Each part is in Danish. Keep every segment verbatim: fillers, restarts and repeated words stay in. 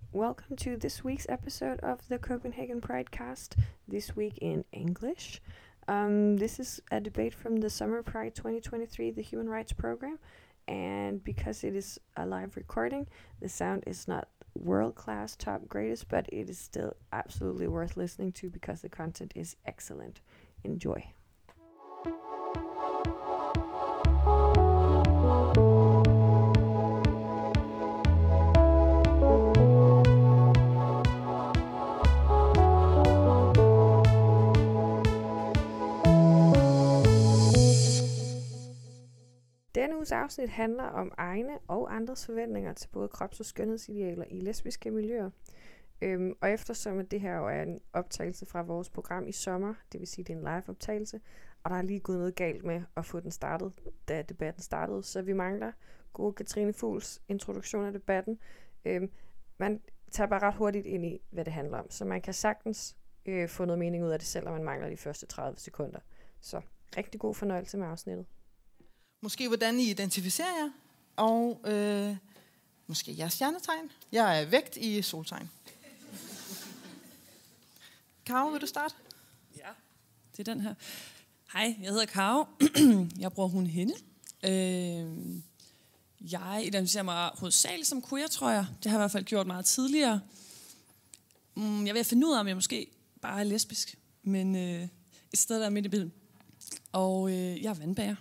welcome to this week's episode of the Copenhagen Pridecast, this week in English. Um, this is a debate from the Summer Pride twenty twenty-three, the Human Rights Program, and because it is a live recording, the sound is not world-class, top greatest, but it is still absolutely worth listening to because the content is excellent. Enjoy. Denne uges afsnit handler om egne og andres forventninger til både krops- og skønhedsidealer i lesbiske miljøer. Øhm, og eftersom at det her jo er en optagelse fra vores program i sommer, det vil sige det er en live-optagelse, og der er lige gået noget galt med at få den startet, da debatten startede, så vi mangler gode Katrine Fugls introduktion af debatten. Øhm, man tager bare ret hurtigt ind i, hvad det handler om, så man kan sagtens øh, få noget mening ud af det, selvom man mangler de første tredive sekunder. Så rigtig god fornøjelse med afsnittet. Måske hvordan I identificerer jer, og øh, måske jeres stjernetegn. Jeg er vægt i soltegn. Karo, vil du starte? Ja, det er den her. Hej, jeg hedder Karo. Jeg bruger hun hende. Øh, jeg identificerer mig hovedsageligt som queer, tror jeg. Det har jeg i hvert fald gjort meget tidligere. Mm, jeg vil finde ud af, om jeg måske bare er lesbisk, men øh, et sted, der er midt i billedet. Og øh, jeg er vandbager.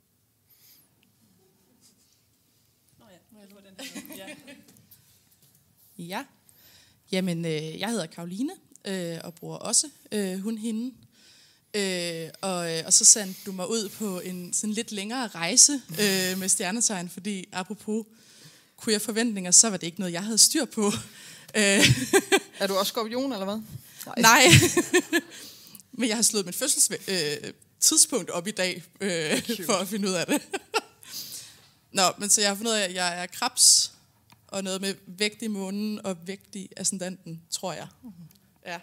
Ja. ja. Jamen, øh, jeg hedder Karoline, øh, og bruger også øh, hun hende. Øh, og, øh, og så sendte du mig ud på en sådan lidt længere rejse øh, med stjernetegn, fordi apropos queer forventninger, så var det ikke noget, jeg havde styr på. Er du også skorpion, eller hvad? Nej. Nej. Men jeg har slået mit fødselstidspunkt øh, op i dag, øh, for at finde ud af det. Nå, men så jeg har fundet ud af, at jeg er krebs, og noget med vægt i månen og vægt i ascendanten, tror jeg. Mm-hmm. Ja.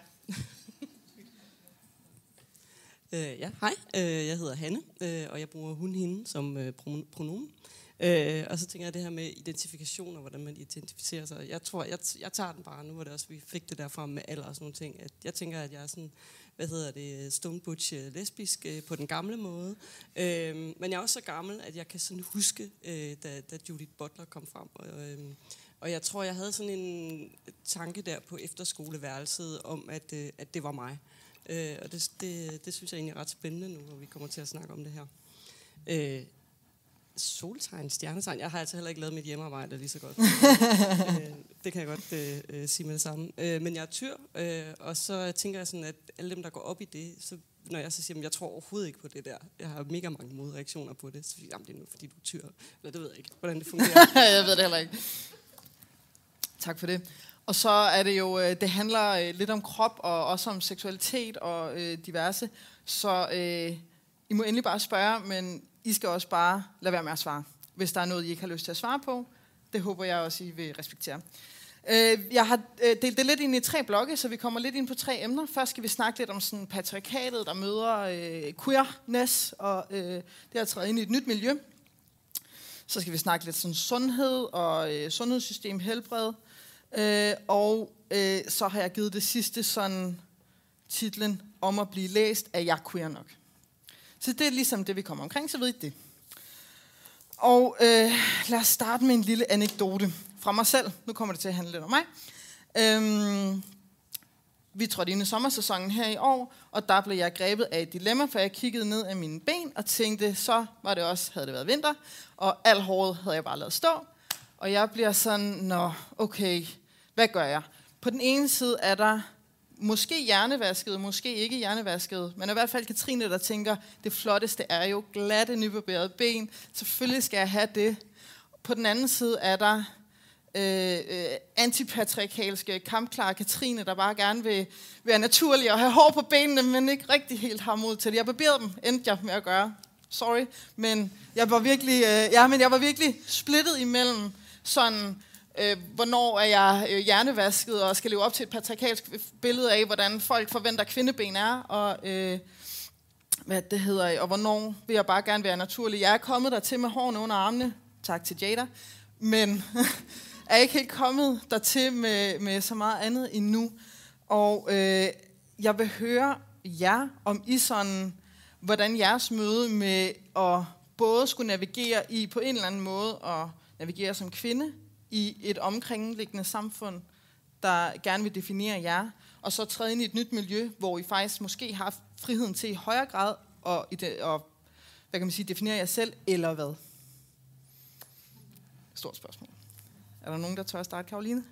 øh, ja, hej. Øh, jeg hedder Hanne, øh, og jeg bruger hun, hende som øh, pronomen. Øh, og så tænker jeg det her med identifikation, og hvordan man identificerer sig. Jeg tror, jeg, jeg tager den bare nu, hvor det også, vi fik det der frem med alder og sådan nogle ting. At jeg tænker, at jeg er sådan, hvad hedder det, stone butch lesbisk øh, på den gamle måde. Øh, men jeg er også så gammel, at jeg kan sådan huske, øh, da, da Judith Butler kom frem. Og, øh, og jeg tror, jeg havde sådan en tanke der på efterskoleværelset om, at, øh, at det var mig. Øh, og det, det, det synes jeg egentlig er ret spændende nu, hvor vi kommer til at snakke om det her. Øh, Soltegn, stjernetegn. Jeg har altså heller ikke lavet mit hjemmearbejde lige så godt. øh, det kan jeg godt øh, sige med det samme. Øh, men jeg er tyr, øh, og så tænker jeg sådan, at alle dem, der går op i det, så når jeg så siger, at jeg tror overhovedet ikke på det der. Jeg har mega mange modreaktioner på det. Så siger jeg, det er nu, fordi du er tyr. Eller det ved jeg ikke, hvordan det fungerer. Jeg ved det heller ikke. Tak for det. Og så er det jo, det handler lidt om krop, og også om seksualitet og øh, diverse. Så øh, I må endelig bare spørge, men I skal også bare lade være med at svare, hvis der er noget, I ikke har lyst til at svare på. Det håber jeg også, I vil respektere. Jeg har delt det lidt ind i tre blokke, så vi kommer lidt ind på tre emner. Først skal vi snakke lidt om sådan patriarkatet, der møder øh, queerness, og øh, det har trædet ind i et nyt miljø. Så skal vi snakke lidt sådan sundhed og øh, sundhedssystem, helbred. Øh, og øh, så har jeg givet det sidste sådan titlen om at blive læst, at jeg queer nok. Så det er ligesom det, vi kommer omkring, så ved I det. Og øh, lad os starte med en lille anekdote fra mig selv. Nu kommer det til at handle lidt om mig. Øhm, vi trådte ind i sommersæsonen her i år, og der blev jeg grebet af et dilemma, for jeg kiggede ned af mine ben og tænkte, så var det også, havde det været vinter, og al håret havde jeg bare lavet stå. Og jeg bliver sådan, nå, okay, hvad gør jeg? På den ene side er der måske hjernevasket, måske ikke hjernevasket, men i hvert fald Katrine, der tænker, det flotteste er jo glatte, nybarberede ben. Selvfølgelig skal jeg have det. På den anden side er der øh, øh, antipatriarkalske, kampklare Katrine, der bare gerne vil være naturlig og have hår på benene, men ikke rigtig helt har mod til det. Jeg barberede dem, endte jeg med at gøre. Sorry, men jeg var virkelig, øh, ja, men jeg var virkelig splittet imellem sådan, Øh, hvornår er jeg øh, hjernevasket og skal leve op til et patriarkalsk billede af, hvordan folk forventer kvindeben er, og øh, hvad det hedder, og hvornår vil jeg bare gerne være naturlig. Jeg er kommet der til med hårene under armene, tak til Jada, men er ikke helt kommet dertil med, med så meget andet endnu. Og øh, jeg vil høre jer, om I sådan, hvordan jeres møde med at både skulle navigere i på en eller anden måde, og navigere som kvinde i et omkringliggende samfund, der gerne vil definere jer, og så træde ind i et nyt miljø, hvor I faktisk måske har friheden til i højere grad at, at hvad kan man sige, definere jer selv, eller hvad? Stort spørgsmål. Er der nogen, der tør at starte, Karoline?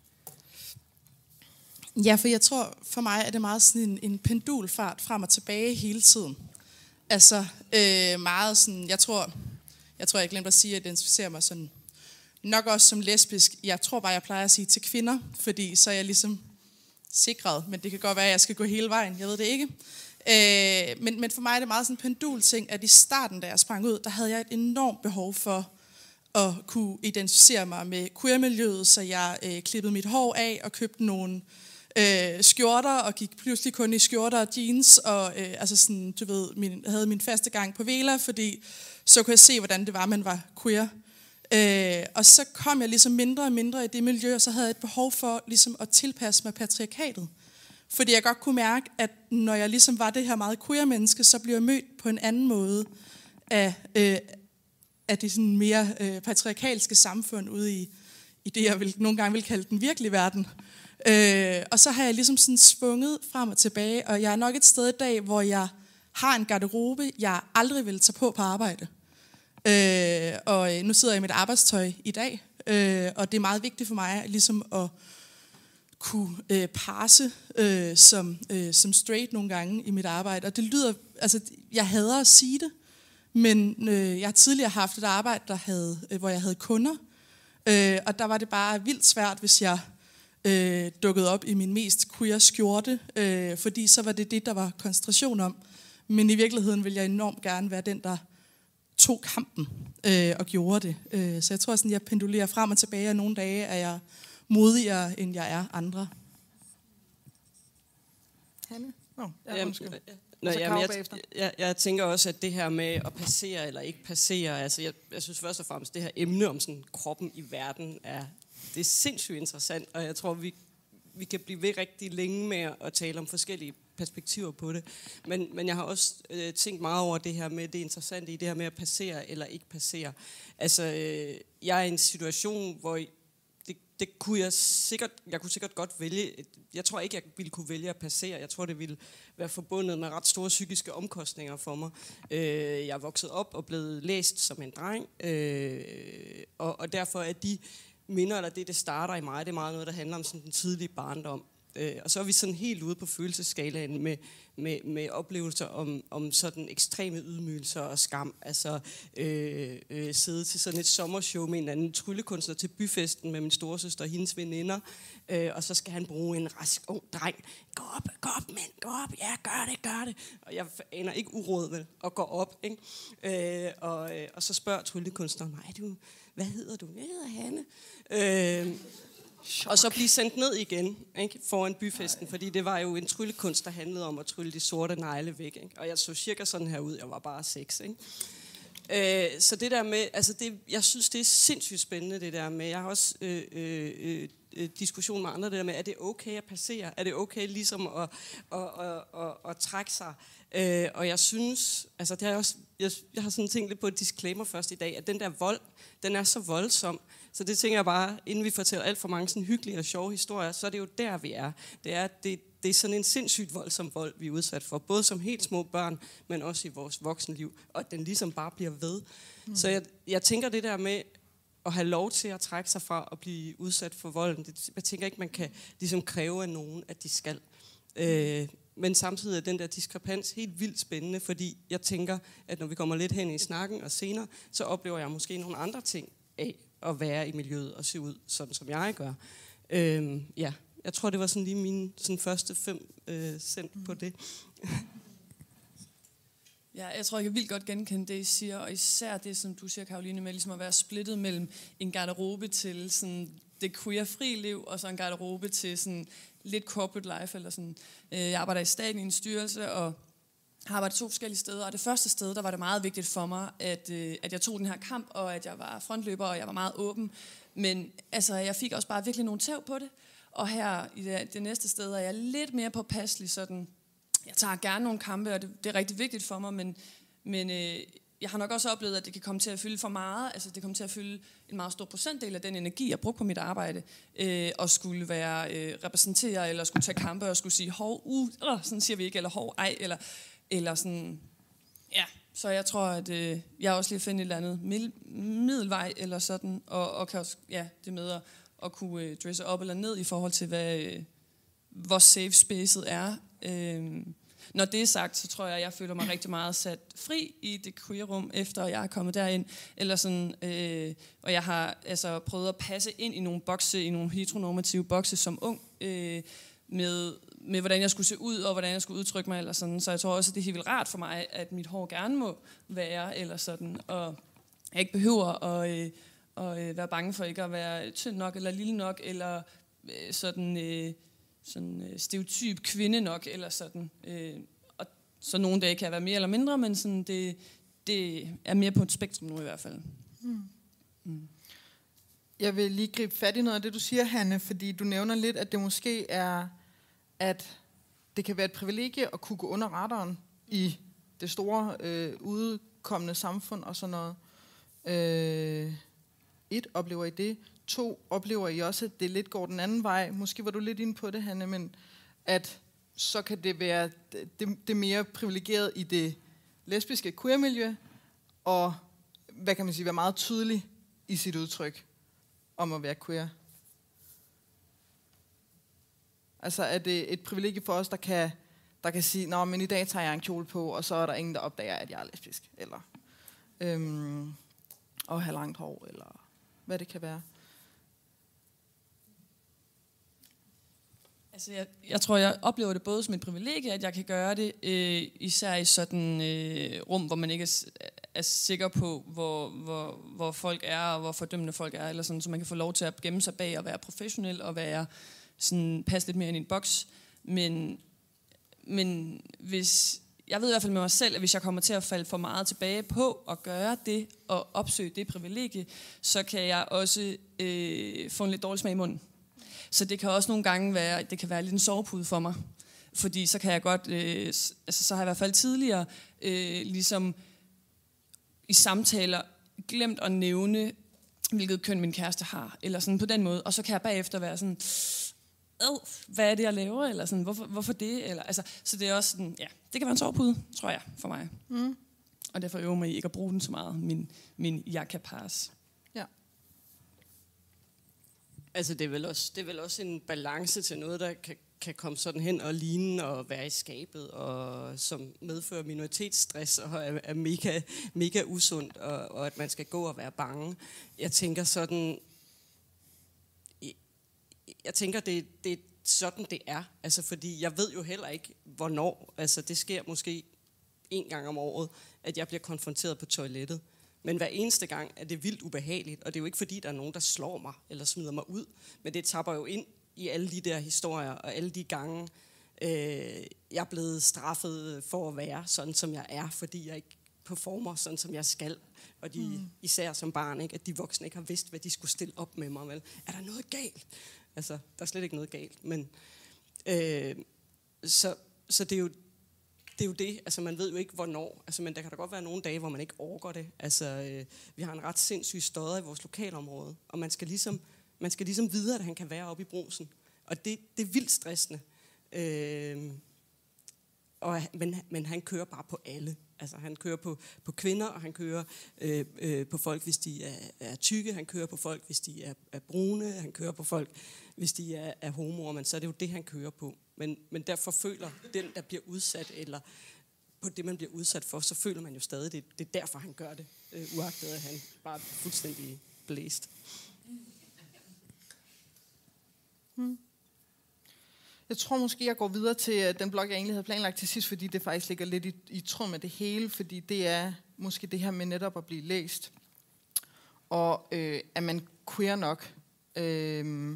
Ja, for jeg tror, for mig er det meget sådan en, en pendulfart frem og tilbage hele tiden. Altså øh, meget sådan, jeg tror, jeg tror, jeg glemte at sige, at jeg identificerer mig sådan, nok også som lesbisk. Jeg tror bare, jeg plejer at sige til kvinder, fordi så er jeg ligesom sikret, men det kan godt være, at jeg skal gå hele vejen, jeg ved det ikke. Øh, men, men for mig er det meget sådan en pendulting, at i starten, da jeg sprang ud, der havde jeg et enormt behov for at kunne identificere mig med queer-miljøet, så jeg øh, klippede mit hår af og købte nogle øh, skjorter, og gik pludselig kun i skjorter og jeans, og øh, altså sådan, du ved, min, havde min faste gang på Vela, fordi så kunne jeg se, hvordan det var, man var queer. Øh, og så kom jeg ligesom mindre og mindre i det miljø, og så havde jeg et behov for ligesom at tilpasse mig patriarkatet. Fordi jeg godt kunne mærke, at når jeg ligesom var det her meget queer-menneske, så blev jeg mødt på en anden måde af, øh, af det sådan mere øh, patriarkalske samfund ude i, i det, jeg vil, nogle gange vil kalde den virkelige verden. Øh, og så har jeg ligesom sådan svunget frem og tilbage, og jeg er nok et sted i dag, hvor jeg har en garderobe, jeg aldrig vil tage på på arbejde. Øh, og nu sidder jeg i mit arbejdstøj i dag, øh, og det er meget vigtigt for mig ligesom at kunne øh, passe øh, som, øh, som straight nogle gange i mit arbejde. Og det lyder, altså jeg hader at sige det, men øh, jeg har tidligere haft et arbejde, der havde, øh, hvor jeg havde kunder, øh, og der var det bare vildt svært, hvis jeg øh, dukkede op i min mest queer skjorte, øh, fordi så var det det, der var koncentration om. Men i virkeligheden vil jeg enormt gerne være den, der tog kampen øh, og gjorde det. Øh, så jeg tror, sådan, jeg pendulerer frem og tilbage, og nogle dage er jeg modigere, end jeg er andre. Hanne? Nå, ja, Jamen, undskyld. Nå, Og så jamen, Karo jeg, jeg, jeg tænker også, at det her med at passere eller ikke passere, altså jeg, jeg synes først og fremmest, det her emne om sådan, kroppen i verden, er, det er sindssygt interessant, og jeg tror, vi, vi kan blive ved rigtig længe med at tale om forskellige perspektiver på det. Men, men jeg har også øh, tænkt meget over det her med, det interessante i det her med at passere eller ikke passere. Altså, øh, jeg er i en situation, hvor det, det kunne jeg sikkert, jeg kunne sikkert godt vælge. Jeg tror ikke, jeg ville kunne vælge at passere. Jeg tror, det ville være forbundet med ret store psykiske omkostninger for mig. Øh, jeg er vokset op og blevet læst som en dreng, øh, og, og derfor er de minder, eller det, det starter i mig, det er meget noget, der handler om sådan den tidlige barndom. Øh, og så er vi sådan helt ude på følelsesskalaen med, med, med oplevelser om, om sådan ekstreme ydmygelser og skam. Altså øh, øh, sidde til sådan et sommershow med en anden tryllekunstner til byfesten med min storesøster og hendes veninder, øh, og så skal han bruge en rask ung dreng. Gå op, gå op, mand, gå op, ja, gør det, gør det. Og jeg aner ikke uråd, vel, og går op, ikke? Øh, og, øh, og så spørger tryllekunstneren mig, du, hvad hedder du? Jeg hedder Hanne. Øh, Og så blive sendt ned igen, ikke, foran byfesten, fordi det var jo en tryllekunst, der handlede om at trylle de sorte negle væk. Ikke? Og jeg så cirka sådan her ud, jeg var bare seks. Ikke? Øh, så det der med, altså det, jeg synes, det er sindssygt spændende, det der med, jeg har også øh, øh, øh, diskussion med andre, det der med, er det okay at passere? Er det okay ligesom at, at, at, at, at trække sig? Øh, og jeg synes, altså det har jeg også, jeg, jeg har sådan tænkt lidt på et disclaimer først i dag, at den der vold, den er så voldsom. Så det tænker jeg bare, inden vi fortæller alt for mange sådan hyggelige og sjove historier, så er det jo der, vi er. Det er, det, det er sådan en sindssygt voldsom vold, vi er udsat for. Både som helt små børn, men også i vores voksenliv. Og at den ligesom bare bliver ved. Mm. Så jeg, jeg tænker det der med at have lov til at trække sig fra og blive udsat for volden. Det, jeg tænker ikke, man kan ligesom kræve af nogen, at de skal. Øh, men samtidig er den der diskrepans helt vildt spændende, fordi jeg tænker, at når vi kommer lidt hen i snakken og senere, så oplever jeg måske nogle andre ting af at være i miljøet og se ud, sådan som jeg gør. Øhm, ja, jeg tror, det var sådan lige mine sådan første fem øh, cent mm. på det. Ja, jeg tror, jeg kan vildt godt genkende det, I siger, og især det, som du siger, Karoline, med ligesom at være splittet mellem en garderobe til sådan det queer-fri liv, og så en garderobe til sådan lidt corporate life, eller sådan. Jeg arbejder i staten i en styrelse, og har arbejdet to forskellige steder, og det første sted, der var det meget vigtigt for mig, at, øh, at jeg tog den her kamp, og at jeg var frontløber, og jeg var meget åben. Men altså, jeg fik også bare virkelig nogle tæv på det. Og her i det, det næste sted er jeg lidt mere påpasselig. Sådan, jeg tager gerne nogle kampe, og det, det er rigtig vigtigt for mig, men, men øh, jeg har nok også oplevet, at det kan komme til at fylde for meget. Altså, det kommer til at fylde en meget stor procentdel af den energi, jeg bruger på mit arbejde, øh, og skulle være øh, repræsentere, eller skulle tage kampe, og skulle sige, hov, uh, øh, sådan siger vi ikke, eller hov, ej, eller, eller sådan, ja. Så jeg tror, at øh, jeg også lige finder et eller andet mid- middelvej, eller sådan, og, og kan også, ja, det med at, at kunne øh, dresse op eller ned i forhold til, hvad, øh, hvor safe spacet er. Øh, Når det er sagt, så tror jeg, at jeg føler mig rigtig meget sat fri i det queer-rum, efter jeg er kommet derind. Eller sådan, øh, og jeg har altså prøvet at passe ind i nogle bokse, i nogle heteronormative bokse som ung, øh, med, med hvordan jeg skulle se ud, og hvordan jeg skulle udtrykke mig, eller sådan. Så jeg tror også, at det er helt vildt rart for mig, at mit hår gerne må være, eller sådan, og jeg ikke behøver at, øh, at øh, være bange for ikke at være tynd nok, eller lille nok, eller øh, sådan... Øh, sådan øh, stereotyp kvinde nok, eller sådan. Øh, og så nogle dage kan jeg være mere eller mindre, men sådan det, det er mere på et spektrum nu i hvert fald. Mm. Mm. Jeg vil lige gribe fat i noget af det, du siger, Hanne, fordi du nævner lidt, at det måske er, at det kan være et privilegie at kunne gå under radaren i det store, øh, udkommende samfund og sådan noget. Øh, et, oplever I det? To, oplever I også, at det lidt går den anden vej? Måske var du lidt inde på det, Hanne, men at så kan det være det, det mere privilegeret i det lesbiske queer-miljø, og hvad kan man sige, være meget tydelig i sit udtryk om at være queer. Altså er det et privilegie for os, der kan, der kan sige, nå, men i dag tager jeg en kjole på, og så er der ingen, der opdager, at jeg er lesbisk, eller øhm, og have langt hår, eller hvad det kan være. Altså, jeg, jeg tror, jeg oplever det både som et privilegie, at jeg kan gøre det, øh, især i sådan øh, rum, hvor man ikke er, er sikker på, hvor, hvor, hvor folk er, og hvor fordømmende folk er, eller sådan, så man kan få lov til at gemme sig bag og være professionel, og være sådan, passe lidt mere ind i en boks. Men, men hvis, jeg ved i hvert fald med mig selv, at hvis jeg kommer til at falde for meget tilbage på at gøre det, og opsøge det privilegie, så kan jeg også øh, få en lidt dårlig smag i munden. Så det kan også nogle gange være, det kan være lidt en sovepude for mig. Fordi så kan jeg godt, øh, altså så har jeg i hvert fald tidligere, øh, ligesom i samtaler, glemt at nævne, hvilket køn min kæreste har. Eller sådan på den måde. Og så kan jeg bagefter være sådan, hvad er det, jeg laver? Eller sådan, hvorfor, hvorfor det? Eller, altså, så det er også sådan, ja, det kan være en sovepude, tror jeg, for mig. Mm. Og derfor øver mig ikke at bruge den så meget, min, min jeg kan passe. Ja. Altså, det er, vel også, det er vel også en balance til noget, der kan, kan komme sådan hen og ligne og være i skabet, og som medfører minoritetsstress og er, er mega, mega usundt, og, og at man skal gå og være bange. Jeg tænker sådan... Jeg tænker, det, det er sådan, det er. Altså, fordi jeg ved jo heller ikke, hvornår. Altså, det sker måske en gang om året, at jeg bliver konfronteret på toilettet. Men hver eneste gang er det vildt ubehageligt, og det er jo ikke fordi, der er nogen, der slår mig eller smider mig ud, men det tapper jo ind i alle de der historier, og alle de gange, øh, jeg er blevet straffet for at være sådan, som jeg er, fordi jeg ikke performer sådan, som jeg skal. Og de, mm. især som barn, ikke, at de voksne ikke har vidst, hvad de skulle stille op med mig. Vel? Er der noget galt? Altså, der er slet ikke noget galt. Men, øh, så, så det er jo det, er jo det. Altså, man ved jo ikke, hvornår. Altså, men der kan da godt være nogle dage, hvor man ikke orker det. Altså, øh, vi har en ret sindssyg stodder i vores lokalområde, og man skal ligesom, man skal ligesom vide, at han kan være oppe i brusen. Og det, det er vildt stressende. Øh, og, men, men han kører bare på alle. Altså, han kører på, på kvinder, og han kører øh, øh, på folk, hvis de er, er tykke. Han kører på folk, hvis de er, er brune. Han kører på folk, hvis de er, er homoer. Men så er det jo det, han kører på. Men, men derfor føler den, der bliver udsat, eller på det, man bliver udsat for, så føler man jo stadig, det, det er derfor, han gør det. Øh, uagtet, at han bare er fuldstændig blæst. Hmm. Jeg tror måske, jeg går videre til den blog, jeg egentlig havde planlagt til sidst, fordi det faktisk ligger lidt i, i tråd med det hele, fordi det er måske det her med netop at blive læst. Og øh, er man queer nok? Øh,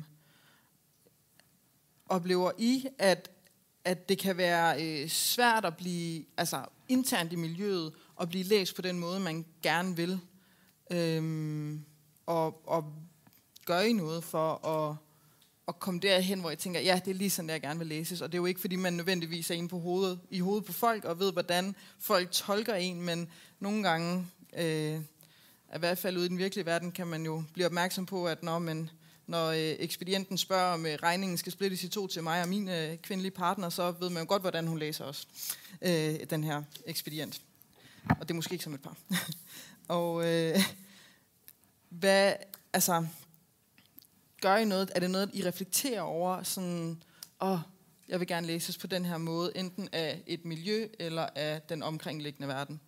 oplever I, at, at det kan være øh, svært at blive, altså internt i miljøet, at blive læst på den måde, man gerne vil? Øh, og, og gør I noget for at, at komme derhen, hvor jeg tænker, ja, det er lige sådan, jeg gerne vil læses. Og det er jo ikke, fordi man nødvendigvis er inde på hovedet, i hovedet på folk, og ved, hvordan folk tolker en, men nogle gange, øh, i hvert fald ude i den virkelige verden, kan man jo blive opmærksom på, at når, man, når øh, ekspedienten spørger, om øh, regningen skal splittes i to til mig og min øh, kvindelige partner, så ved man jo godt, hvordan hun læser os, øh, den her ekspedient. Og det er måske ikke som et par. og øh, hvad, altså, gør I noget, er det noget, I reflekterer over, sådan, åh, jeg vil gerne læses på den her måde, enten af et miljø, eller af den omkringliggende verden?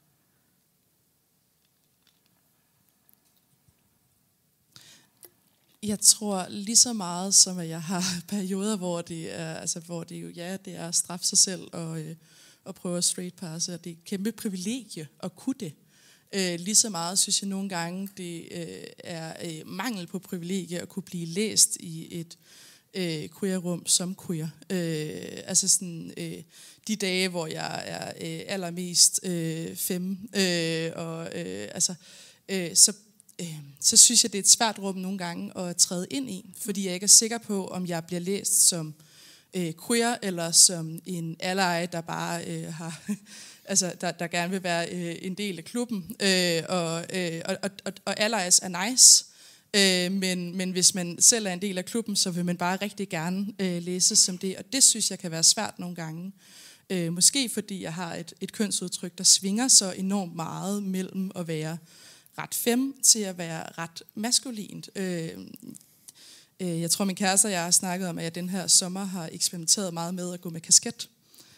Jeg tror lige så meget, som at jeg har perioder, hvor det er, altså, hvor det jo, ja, det er at straffe sig selv og, øh, og prøve at straight passe, og det er et kæmpe privilegie at kunne det. Øh, lige så meget synes jeg nogle gange, det øh, er øh, mangel på privilegie at kunne blive læst i et øh, queer-rum som queer. Øh, altså sådan øh, de dage, hvor jeg er øh, allermest øh, fem, øh, og øh, altså, øh, så så synes jeg, det er et svært rum nogle gange at træde ind i, fordi jeg ikke er sikker på, om jeg bliver læst som øh, queer, eller som en ally, der bare øh, har, altså, der, der gerne vil være øh, en del af klubben. Øh, og, øh, og, og, og allies er nice, øh, men, men hvis man selv er en del af klubben, så vil man bare rigtig gerne øh, læse som det, og det synes jeg kan være svært nogle gange. Øh, måske fordi jeg har et, et kønsudtryk, der svinger så enormt meget mellem at være ret fem til at være ret maskulint. Øh, øh, jeg tror, min kæreste og jeg har snakket om, at jeg den her sommer har eksperimenteret meget med at gå med kasket.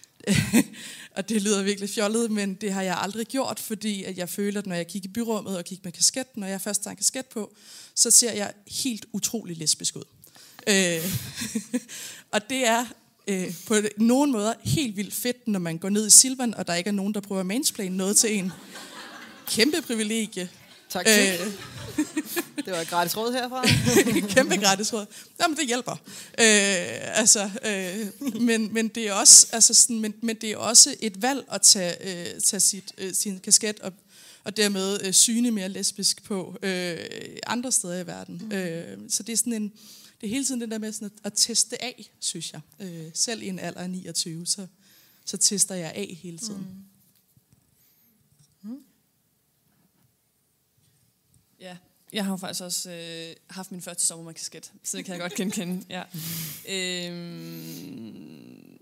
Og det lyder virkelig fjollet, men det har jeg aldrig gjort, fordi at jeg føler, at når jeg kigger i byrummet og kigger med kasket, når jeg først tager en kasket på, så ser jeg helt utrolig lesbisk ud. Øh, og det er øh, på nogen måder helt vildt fedt, når man går ned i Silvan, og der ikke er nogen, der prøver at mansplaine noget til en. Kæmpe privilegie. Tak til. Øh. Det var et gratis råd herfra. Kæmpe gratis råd. Jamen, det hjælper. Øh, altså, øh, men, men, det er også, altså sådan, men, men det er også et valg at tage, øh, tage sit, øh, sin kasket og, og dermed øh, syne mere lesbisk på øh, andre steder i verden. Mm. Øh, så det er sådan en, det er hele tiden det der med sådan at, at teste af, synes jeg. Øh, selv i en alder af niogtyve, så, så tester jeg af hele tiden. Mm. Mm. Ja, jeg har jo faktisk også øh, haft min første sommer med kasket, så det kan jeg godt genkende. Ja. øhm,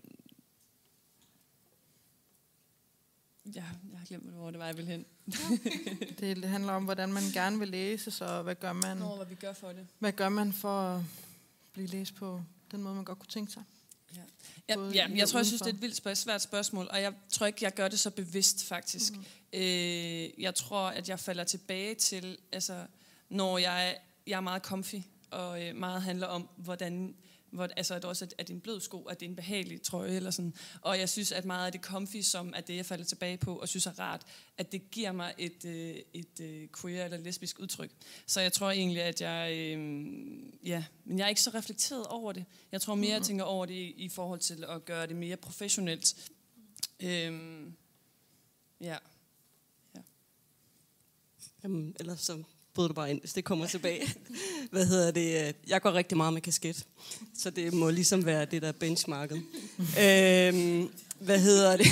ja, jeg har glemt, hvor det var, jeg ville hen. det, det handler om, hvordan man gerne vil læse, så hvad gør man? Nå, hvad vi gør for det. Hvad gør man for at blive læst på den måde, man godt kunne tænke sig? Ja. Ja, ja, jeg tror, jeg synes, det er et vildt svært spørgsmål, og jeg tror ikke, jeg gør det så bevidst, faktisk. Mm. Øh, jeg tror, at jeg falder tilbage til, altså, når jeg, jeg er meget comfy, og øh, meget handler om, hvordan, hvor, altså, at også, at, at det er en blød sko, at det er en behagelig trøje, eller sådan. Og jeg synes, at meget af det comfy, som er det, jeg falder tilbage på, og synes er rart, at det giver mig et, øh, et øh, queer eller lesbisk udtryk. Så jeg tror egentlig, at jeg, øh, ja, men jeg er ikke så reflekteret over det. Jeg tror mere, jeg tænker over det i, i forhold til at gøre det mere professionelt. Øh, ja. ja. Jamen, ellers så bød du bare ind, hvis det kommer tilbage. Hvad hedder det? Jeg går rigtig meget med kasket, så det må ligesom være det der benchmarket. øhm, hvad hedder det?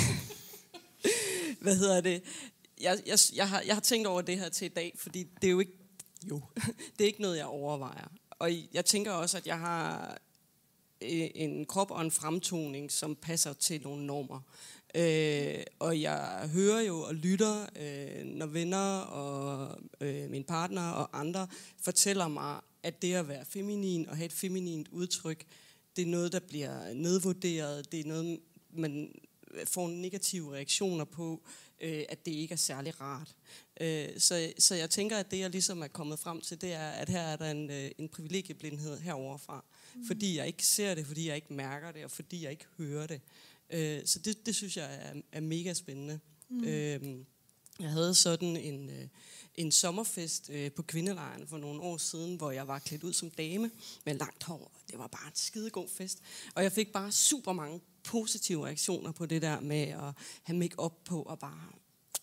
hvad hedder det? Jeg, jeg, jeg, har, jeg har tænkt over det her til i dag, fordi det er jo ikke, jo, det er ikke noget, jeg overvejer. Og jeg tænker også, at jeg har en krop og en fremtoning, som passer til nogle normer. Øh, og jeg hører jo og lytter, øh, når venner og øh, min partner og andre fortæller mig, at det at være feminin og have et feminint udtryk, det er noget, der bliver nedvurderet, det er noget, man får negative reaktioner på, øh, at det ikke er særlig rart. Øh, så, så jeg tænker, at det jeg ligesom er kommet frem til, det er, at her er der en, øh, en privilegieblindhed heroverfra, mm. fordi jeg ikke ser det, fordi jeg ikke mærker det, og fordi jeg ikke hører det. Øh, så det, det synes jeg er, er mega spændende. Mm. Øh, jeg havde sådan en, øh, en sommerfest øh, på kvindelejren for nogle år siden, hvor jeg var klædt ud som dame med langt hår. Det var bare en skidegod fest. Og jeg fik bare super mange positive reaktioner på det der med at have make-up på og bare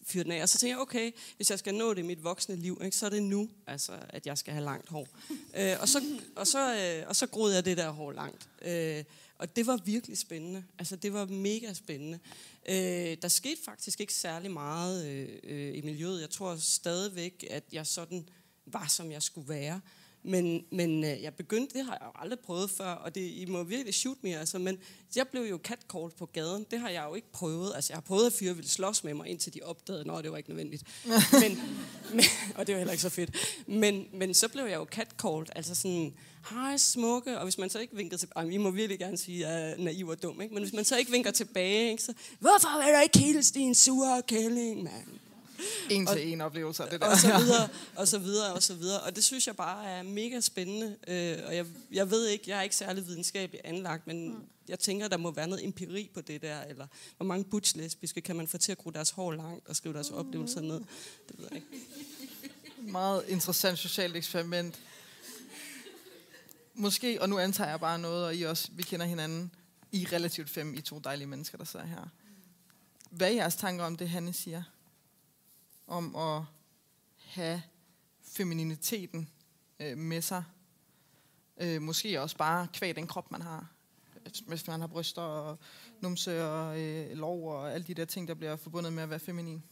fyre den af. Og så tænker jeg, okay, hvis jeg skal nå det i mit voksne liv, ikke, så er det nu, altså, at jeg skal have langt hår. øh, og, så, og, så, øh, og så groede jeg det der hår langt. Øh, og det var virkelig spændende. Altså, det var mega spændende. Øh, der skete faktisk ikke særlig meget øh, i miljøet. Jeg tror stadigvæk, at jeg sådan var, som jeg skulle være. Men, men øh, jeg begyndte, det har jeg jo aldrig prøvet før, og det, I må virkelig shoot me, altså, men jeg blev jo catcalled på gaden. Det har jeg jo ikke prøvet. Altså, jeg har prøvet, at fyre ville slås med mig, indtil de opdagede, nå, det var ikke nødvendigt. men, men, og det var heller ikke så fedt. Men, men så blev jeg jo catcalled, altså sådan, hej smukke, og hvis man så ikke vinker tilbage, I må virkelig gerne sige, at jeg er naiv og dum, ikke? Men hvis man så ikke vinker tilbage, ikke, så, hvorfor vil du ikke hilse din sure kælling, mand? En til en oplevelser, det der. Og så videre, og så videre, og så videre. Og det synes jeg bare er mega spændende. Øh, og jeg, jeg ved ikke, jeg er ikke særlig videnskabeligt anlagt, men mm. jeg tænker, der må være noget empiri på det der, eller hvor mange butch-lesbiske kan man få til at gro deres hår langt og skrive deres mm. oplevelser ned. Det ved jeg ikke. Meget interessant socialt eksperiment. Måske, og nu antager jeg bare noget, og I også, vi kender hinanden, I er relativt fem, I to dejlige mennesker, der sidder her. Hvad er jeres tanker om det, Hanne siger? Om at have femininiteten øh, med sig. Øh, måske også bare kvæg den krop, man har. Hvis man har bryster og numse og øh, lov og alle de der ting, der bliver forbundet med at være feminin.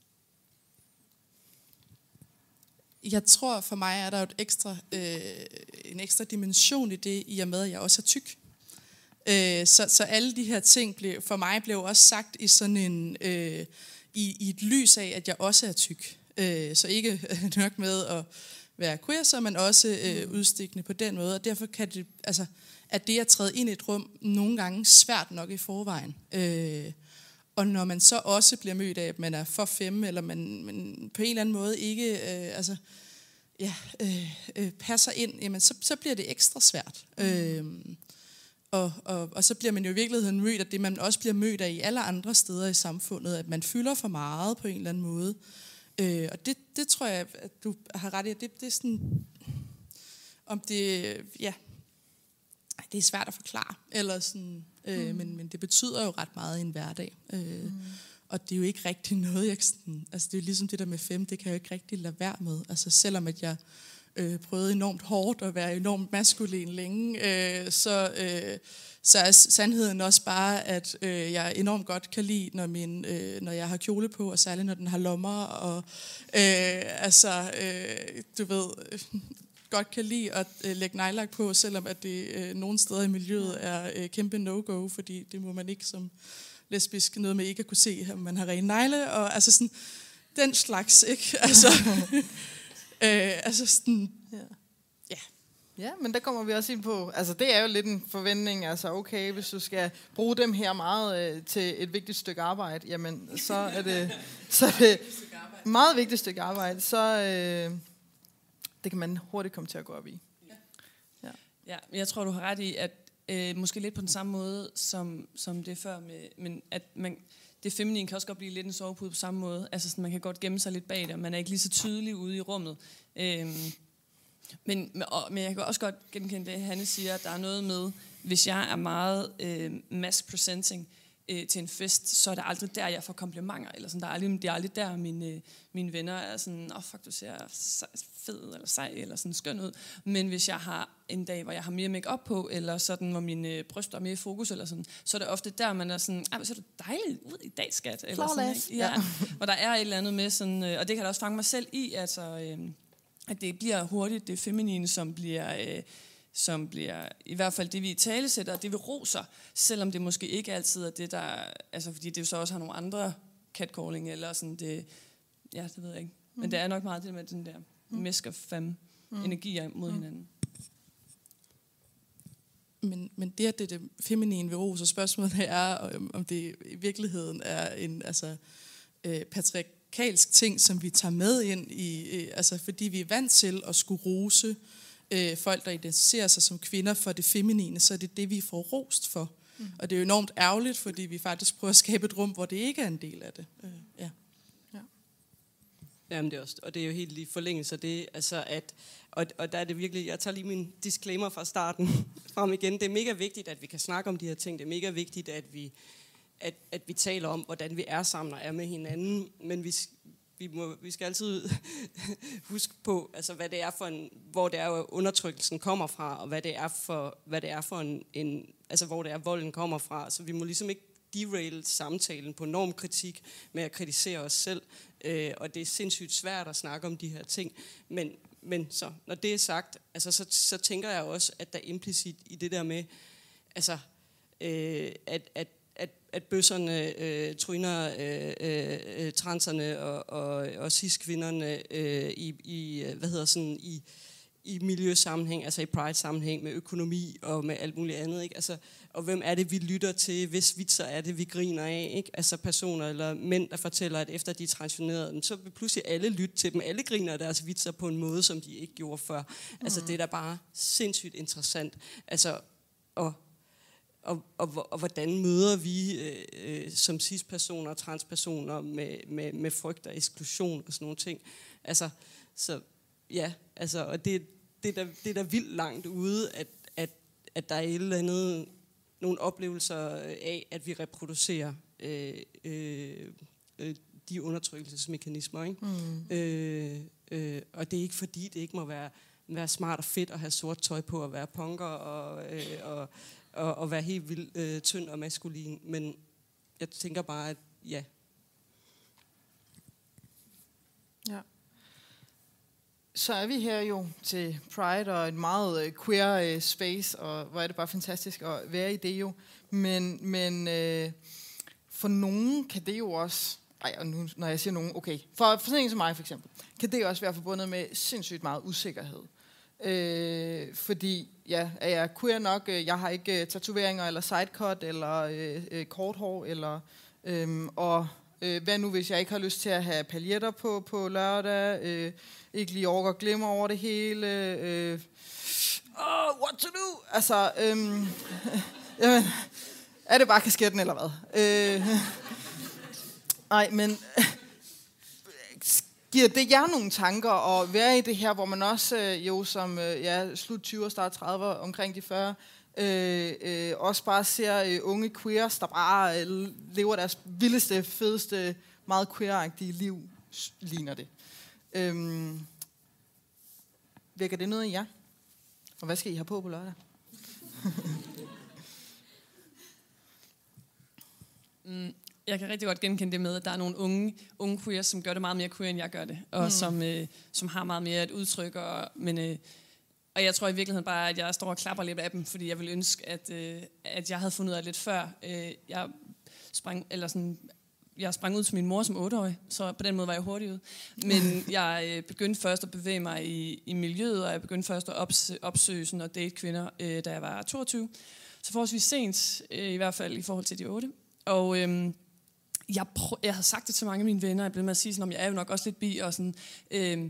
Jeg tror, for mig er der et ekstra, øh, en ekstra dimension i det, i og med, at jeg også er tyk. Øh, så, så alle de her ting blev, for mig blev også sagt i sådan en... Øh, I, i et lys af, at jeg også er tyk. Øh, så ikke nok med at være queer, så men også øh, udstikkende på den måde. Og derfor kan det, altså, at det at træde ind i et rum nogle gange svært nok i forvejen. Øh, og når man så også bliver mødt af, at man er for fem, eller man, man på en eller anden måde ikke øh, altså, ja, øh, øh, passer ind, jamen, så, så bliver det ekstra svært. Mm. Øh, Og, og, og så bliver man jo i virkeligheden mødt af det, man også bliver mødt af i alle andre steder i samfundet, at man fylder for meget på en eller anden måde. Øh, og det, det tror jeg, at du har ret i, at det, det er sådan, om det, ja, det er svært at forklare, eller sådan, øh, mm. men, men det betyder jo ret meget i en hverdag. Øh, mm. Og det er jo ikke rigtig noget, jeg sådan, altså det er jo ligesom det der med fem, det kan jeg jo ikke rigtig lade være med. Altså selvom at jeg Øh, prøvede enormt hårdt at være enormt maskulin længe, øh, så, øh, så er sandheden også bare, at øh, jeg enormt godt kan lide, når, min, øh, når jeg har kjole på, og særligt når den har lommer, og øh, altså, øh, du ved, øh, godt kan lide at øh, lægge nejlak på, selvom at det øh, nogle steder i miljøet er øh, kæmpe no-go, fordi det må man ikke som lesbisk, noget med ikke at kunne se, at man har rene negle, og altså sådan, den slags, ikke? Altså... Øh, altså sådan, ja. ja. Ja, men der kommer vi også ind på, altså det er jo lidt en forventning, altså okay, hvis du skal bruge dem her meget øh, til et vigtigt stykke arbejde, jamen så er det, så er det meget vigtigt stykke arbejde, så øh, det kan man hurtigt komme til at gå op i. Ja, ja. ja jeg tror, du har ret i, at øh, måske lidt på den samme måde, som, som det før, med, men at man... Det feminine kan også godt blive lidt en sovepude på samme måde. Altså sådan, man kan godt gemme sig lidt bag det, og man er ikke lige så tydelig ude i rummet. Øhm, men, og, men jeg kan også godt genkende det, Hanne siger, at der er noget med, hvis jeg er meget øh, mask-presenting øh, til en fest, så er det aldrig der, jeg får komplimenter. Eller sådan, der er aldrig, det er aldrig der, mine, mine venner er sådan, åh oh, fuck, du ser fed eller sej eller sådan skøn ud. Men hvis jeg har en dag, hvor jeg har mere make-up på, eller sådan, hvor mine bryster er mere i fokus, eller sådan, så er det ofte der, man er sådan, ah, så er du dejligt ud i dag, skat. Eller sådan, ikke? Ja, hvor der er et eller andet med sådan, og det kan da også fange mig selv i, altså, øh, at det bliver hurtigt det feminine, som bliver... Øh, som bliver, i hvert fald det vi i tale sætter, det vi roser, selvom det måske ikke altid er det, der, altså fordi det jo så også har nogle andre catcalling, eller sådan det, ja, det ved jeg ikke. Men mm. det er nok meget det med den der mm. mesk og fem mm. energier mod mm. hinanden. Men, men det, at det er det feminine vi roser, spørgsmålet er, om det i virkeligheden er en altså, øh, patriarkalsk ting, som vi tager med ind i, øh, altså fordi vi er vant til at skulle rose øh, folk, der identificerer sig som kvinder for det feminine, så er det det, vi får rost for. Mm. Og det er jo enormt ærgerligt, fordi vi faktisk prøver at skabe et rum, hvor det ikke er en del af det. Øh, ja. Ja. Jamen det er også, og det er jo helt i forlængelse af det, altså at, og, og der er det virkelig, jeg tager lige min disclaimer fra starten frem igen, det er mega vigtigt, at vi kan snakke om de her ting, det er mega vigtigt, at vi at, at vi taler om, hvordan vi er sammen og er med hinanden, men vi, vi, må, vi skal altid huske på, altså, hvad det er for en, hvor det er, undertrykkelsen kommer fra, og hvad det er for, hvad det er for en, en, altså hvor det er, volden kommer fra. Så vi må ligesom ikke derail samtalen på normkritik med at kritisere os selv, øh, og det er sindssygt svært at snakke om de her ting, men Men så, når det er sagt, altså, så, så tænker jeg også, at der implicit i det der med, altså, øh, at, at, at, at bøsserne øh, tryner øh, øh, transerne og, og, og cis-kvinderne øh, i, i, hvad hedder sådan, i, i miljøsammenhæng, altså i pride-sammenhæng med økonomi og med alt muligt andet, ikke? Altså, og hvem er det, vi lytter til? Hvis vitser er det, vi griner af, ikke? Altså personer eller mænd, der fortæller, at efter de er transformerede, så vil pludselig alle lytte til dem. Alle griner af deres vitser på en måde, som de ikke gjorde før. Mm. Altså det er da bare sindssygt interessant. Altså, og, og, og, og hvordan møder vi øh, som cis-personer og transpersoner med, med, med frygt og eksklusion og sådan nogle ting. Altså, så ja, altså, og det, det, er da, det er da vildt langt ude, at, at, at der er et eller andet, nogle oplevelser af, at vi reproducerer øh, øh, øh, de undertrykkelsesmekanismer, ikke? Mm. Øh, øh, og det er ikke fordi, det ikke må være, være smart og fedt at have sort tøj på, og være punker og, øh, og, og, og være helt vildt øh, tynd og maskulin. Men jeg tænker bare, at ja. Ja. Så er vi her jo til Pride og et meget uh, queer uh, space, og hvor er det bare fantastisk at være i det jo. Men, men uh, for nogen kan det jo også, ej, og nu, når jeg siger nogen, okay, for, for sådan en som mig for eksempel, kan det også være forbundet med sindssygt meget usikkerhed. Uh, fordi, ja, er jeg queer nok? Jeg har ikke uh, tatoveringer eller sidecut eller uh, uh, kort hår, eller, um, og uh, hvad nu, hvis jeg ikke har lyst til at have paljetter på på lørdag? Uh, ikke lige overgår glimmer over det hele. Øh, oh, what to do? Altså, øhm, jamen, er det bare kasketten, eller hvad? Øh, nej, men øh, giver det jer nogle tanker at være i det her, hvor man også øh, jo som øh, ja, slut tyverne, start trediverne, omkring de fyrre, øh, øh, også bare ser øh, unge queers, der bare øh, lever deres vildeste, fedeste, meget queer-agtige liv, ligner det. Øhm, vækker det noget i jer? Og hvad skal I have på på lørdag? mm, jeg kan rigtig godt genkende det med, at der er nogle unge, unge queer, som gør det meget mere queer, end jeg gør det. Og mm. som, øh, som har meget mere et udtryk. Og, men, øh, og jeg tror i virkeligheden bare, at jeg står og klapper lidt af dem, fordi jeg vil ønske, at, øh, at jeg havde fundet ud af det lidt før. Øh, jeg sprang, eller sådan... Jeg sprang ud til min mor som otteårig, så på den måde var jeg hurtig ud. Men jeg øh, begyndte først at bevæge mig i, i miljøet, og jeg begyndte først at opsøge, opsøge sådan og date kvinder, øh, da jeg var toogtyve. Så forholdsvis sent, øh, i hvert fald i forhold til de otte. Og øh, jeg, prøv, jeg havde sagt det til mange af mine venner, jeg blev med at sige, sådan, at jeg er jo nok også lidt bi, og sådan... Øh,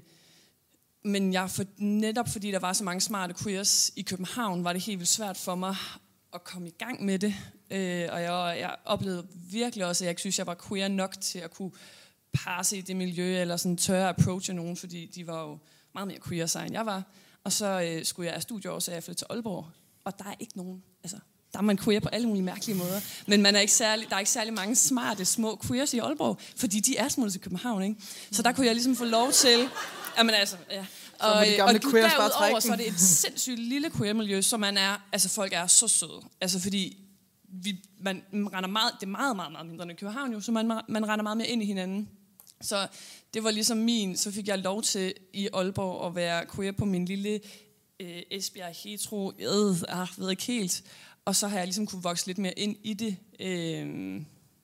men jeg, for, netop fordi der var så mange smarte queers i København, var det helt vildt svært for mig at komme i gang med det. Øh, og jeg, jeg oplevede virkelig også, at jeg ikke synes, jeg var queer nok til at kunne passe i det miljø, eller sådan tørre at approache nogen, fordi de var jo meget mere queer sig, end jeg var. Og så øh, skulle jeg af studieår, så jeg flyttede til Aalborg. Og der er ikke nogen, altså, der er man queer på alle mulige mærkelige måder. Men man er ikke særlig, der er ikke særlig mange smarte, små queers i Aalborg, fordi de er små til København, ikke? Så der kunne jeg ligesom få lov til... Jamen altså, ja. Og, og derudover, så er det et sindssygt lille queer-miljø, så man er, altså folk er så søde. Altså fordi, vi, man render meget, det er meget, meget, meget mindre end i København jo, så man, man render meget mere ind i hinanden. Så det var ligesom min, så fik jeg lov til i Aalborg at være queer på min lille øh, Esbjerg hetero, øh, jeg ved ikke helt. Og så har jeg ligesom kunne vokse lidt mere ind i det. Øh,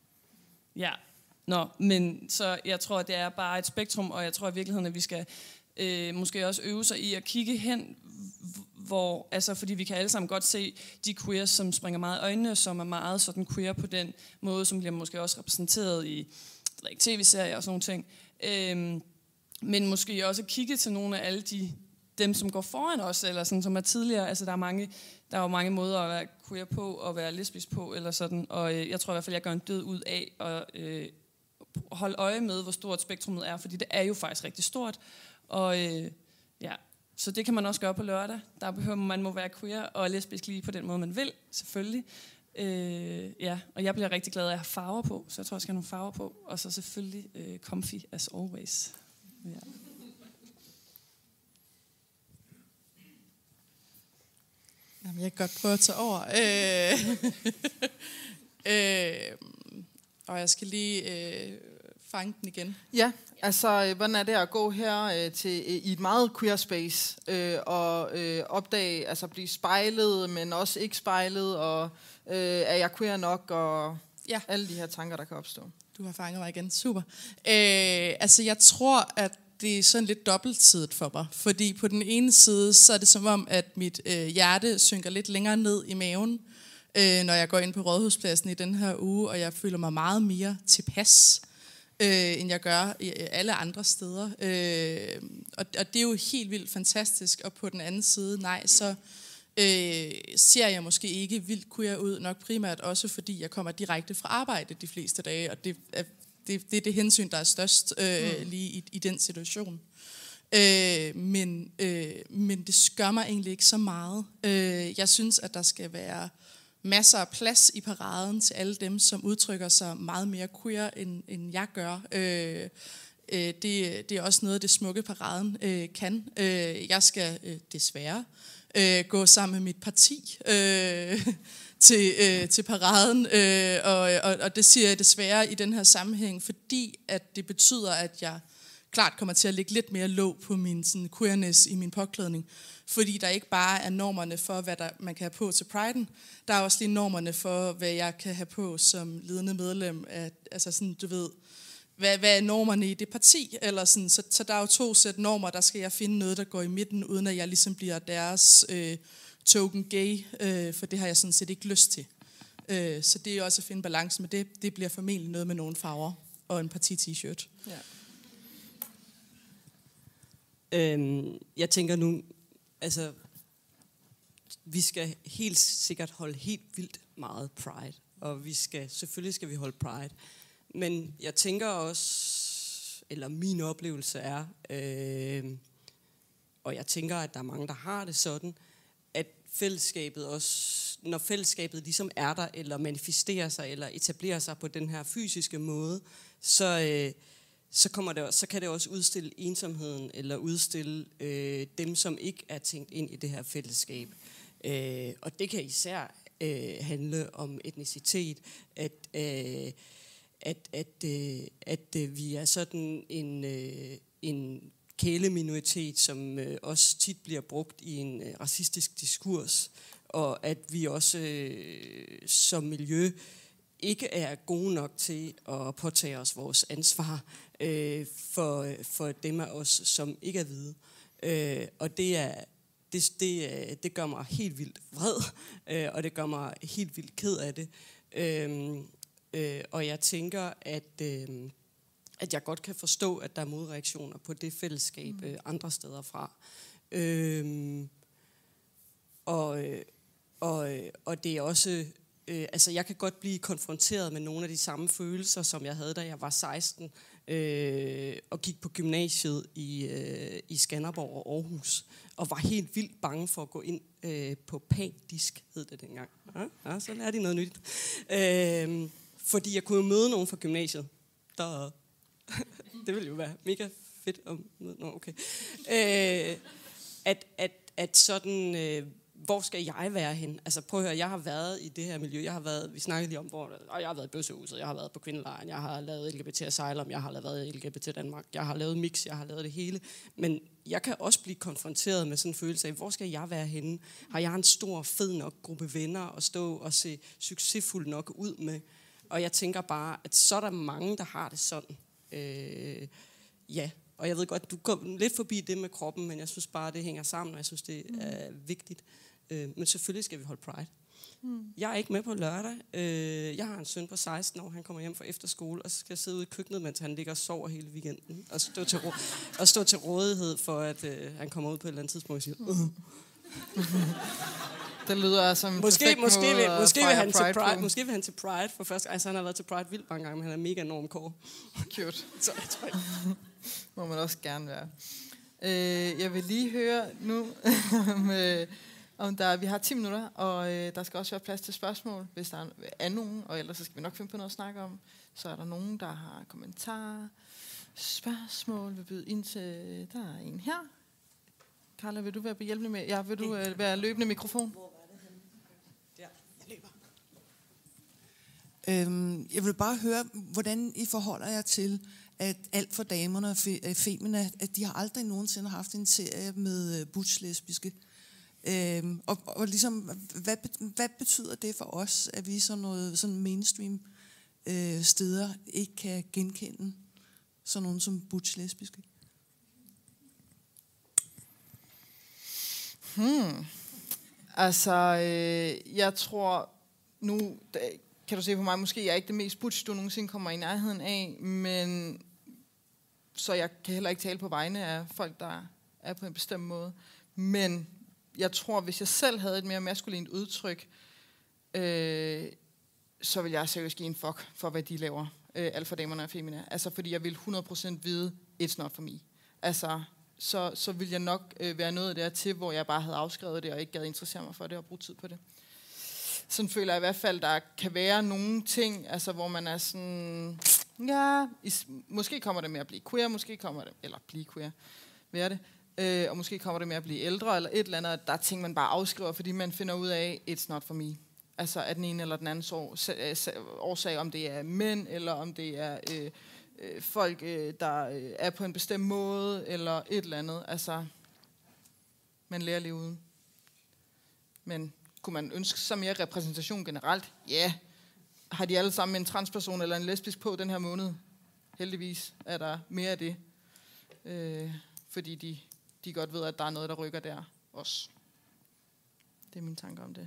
ja, nå, men så jeg tror, det er bare et spektrum, og jeg tror i virkeligheden, at vi skal øh, måske også øve sig i at kigge hen, hvor, altså, fordi vi kan alle sammen godt se de queers, som springer meget i øjnene, som er meget sådan queer på den måde, som bliver måske også repræsenteret i like, tv-serier og sådan nogle ting. Øhm, men måske også kigge til nogle af alle de, dem, som går foran os, eller sådan, som er tidligere. Altså, der er mange, der er jo mange måder at være queer på, og være lesbisk på, eller sådan. Og øh, jeg tror i hvert fald, jeg gør en død ud af at øh, holde øje med, hvor stort spektrummet er, fordi det er jo faktisk rigtig stort. Og øh, ja, så det kan man også gøre på lørdag. Der behøver man må være queer og lesbisk lige på den måde, man vil, selvfølgelig. Øh, ja, og jeg bliver rigtig glad af at have farver på, så jeg tror, jeg skal have nogle farver på. Og så selvfølgelig øh, comfy as always. Ja. Jamen, jeg kan godt prøve at tage over. Øh, øh, og jeg skal lige øh, fange den igen. Ja, altså, hvordan er det at gå her øh, til, øh, i et meget queer space, øh, og øh, opdage, altså blive spejlet, men også ikke spejlet, og øh, er jeg queer nok, og ja. alle de her tanker, der kan opstå. Du har fanget mig igen, super. Øh, altså, jeg tror, at det er sådan lidt dobbeltsidigt for mig, fordi på den ene side, så er det som om, at mit øh, hjerte synker lidt længere ned i maven, øh, når jeg går ind på Rådhuspladsen i den her uge, og jeg føler mig meget mere tilpas, øh, end jeg gør i alle andre steder. Øh, og, og det er jo helt vildt fantastisk, og på den anden side, nej, så øh, ser jeg måske ikke vildt queer ud, nok primært også, fordi jeg kommer direkte fra arbejde de fleste dage, og det er Det, det er det hensyn, der er størst øh, mm. lige i, i den situation. Øh, men, øh, men det skør mig egentlig ikke så meget. Øh, jeg synes, at der skal være masser af plads i paraden til alle dem, som udtrykker sig meget mere queer, end, end jeg gør. Øh, øh, det, det er også noget af det smukke, paraden øh, kan. Øh, jeg skal øh, desværre øh, gå sammen med mit parti øh, til, øh, til paraden, øh, og, og, og det siger jeg desværre i den her sammenhæng, fordi at det betyder, at jeg klart kommer til at lægge lidt mere låg på min sådan, queerness i min påklædning, fordi der ikke bare er normerne for, hvad der, man kan have på til Pride'en, der er også lige normerne for, hvad jeg kan have på som ledende medlem af, altså sådan, du ved, hvad, hvad er normerne i det parti, eller sådan, så, så der er jo to sæt normer, der skal jeg finde noget, der går i midten, uden at jeg ligesom bliver deres øh, token gay, øh, for det har jeg sådan set ikke lyst til. Øh, så det er også at finde balance med det. Det bliver formentlig noget med nogle farver og en parti-t-shirt. Ja. Øhm, jeg tænker nu, altså, vi skal helt sikkert holde helt vildt meget Pride, og vi skal, selvfølgelig skal vi holde Pride, men jeg tænker også, eller min oplevelse er, øh, og jeg tænker, at der er mange, der har det sådan, at fællesskabet også, når fællesskabet ligesom er der, eller manifesterer sig, eller etablerer sig på den her fysiske måde, så, øh, så, kommer det, så kan det også udstille ensomheden, eller udstille øh, dem, som ikke er tænkt ind i det her fællesskab. Øh, og det kan især øh, handle om etnicitet, at, øh, at, at, øh, at øh, vi er sådan en, øh, en kæleminoritet, som øh, også tit bliver brugt i en øh, racistisk diskurs, og at vi også øh, som miljø ikke er gode nok til at påtage os vores ansvar øh, for, for dem af os, som ikke er hvide. Øh, og det, er, det, det, det gør mig helt vildt vred, øh, og det gør mig helt vildt ked af det. Øh, øh, og jeg tænker, at, øh, at jeg godt kan forstå, at der er modreaktioner på det fællesskab øh, andre steder fra. Øh, og, og, og det er også... Øh, altså, jeg kan godt blive konfronteret med nogle af de samme følelser, som jeg havde, da jeg var seksten, øh, og gik på gymnasiet i, øh, i Skanderborg og Aarhus, og var helt vildt bange for at gå ind øh, på pandisk, hed det dengang. Ja, ja, så lærte de noget nyt. Øh, fordi jeg kunne møde nogen fra gymnasiet. Der, det ville jo være mega fedt. Om, no, okay. øh, at, at, at sådan... Øh, hvor skal jeg være hen? Altså prøv at høre, jeg har været i det her miljø, jeg har været, vi snakkede lige om, hvor, og jeg har været i bøssehuset, jeg har været på kvindelejen, jeg har lavet L G B T Asylum, jeg har lavet L G B T Danmark, jeg har lavet mix, jeg har lavet det hele, men jeg kan også blive konfronteret med sådan en følelse af, hvor skal jeg være henne? Har jeg en stor, fed nok gruppe venner at stå og se succesfuld nok ud med? Og jeg tænker bare, at så er der mange, der har det sådan. Øh, ja, og jeg ved godt, du kom lidt forbi det med kroppen, men jeg synes bare, det hænger sammen, og jeg synes, det er vigtigt. Men selvfølgelig skal vi holde Pride. Mm. Jeg er ikke med på lørdag. Jeg har en søn på seksten år, han kommer hjem fra efterskole, og så skal jeg sidde ude i køkkenet, mens han ligger og sover hele weekenden, og stå til, ro- og stå til rådighed for, at uh, han kommer ud på et eller andet tidspunkt og siger, uh. Det lyder som en måske, perfekt måske, måde vil, at måske, vil han til Pride, på. måske vil han til Pride for første gang. Altså, han har været til Pride vildt mange gange, men han er mega enorm kår. Cute. Så jeg tror ikke. Må man også gerne være. Øh, jeg vil lige høre nu med... om der, vi har ti minutter, og øh, der skal også være plads til spørgsmål, hvis der er, er nogen, og ellers så skal vi nok finde på noget at snakke om. Så er der nogen, der har kommentarer, spørgsmål, vil byde ind til, der er en her. Carla, vil du være behjælpelig med, ja, vil du øh, være løbende mikrofon? Hvor var det henne? Der, jeg løber. Øhm, jeg vil bare høre, hvordan I forholder jer til, at alt for damerne og fe- Femina, at de har aldrig nogensinde haft en serie med butch-lesbiske. Øhm, og, og ligesom, hvad, hvad betyder det for os, at vi sådan noget sådan mainstream øh, steder ikke kan genkende sådan nogen som butch-lesbiske? Hmm. Altså, øh, jeg tror nu, kan du se på mig, måske jeg er ikke det mest butch, du nogensinde kommer i nærheden af, men så jeg kan heller ikke tale på vegne af folk, der er på en bestemt måde. Men jeg tror, hvis jeg selv havde et mere maskulint udtryk, øh, så vil jeg seriøst give en fuck for, hvad de laver, øh, alfadamerne og femina. Altså, fordi jeg vil hundrede procent vide, it's not for me. Altså, så, så vil jeg nok øh, være noget der til, hvor jeg bare havde afskrevet det, og ikke gad interessere mig for det, og bruge tid på det. Sådan føler jeg i hvert fald, der kan være nogle ting, altså, hvor man er sådan, ja, is, måske kommer det med at blive queer, måske kommer det, eller blive queer, hvad er det? Øh, og måske kommer det med at blive ældre, eller et eller andet, der er ting, man bare afskriver, fordi man finder ud af, it's not for me. Altså, at den ene eller den anden årsag, om det er mænd, eller om det er øh, øh, folk, øh, der øh, er på en bestemt måde, eller et eller andet. Altså, man lærer at leve uden. Men kunne man ønske sig mere repræsentation generelt? Ja. Yeah. Har de alle sammen en transperson eller en lesbisk på den her måned? Heldigvis er der mere af det. Øh, fordi de, de godt ved, at der er noget, der rykker der også. Det er mine tanker om det.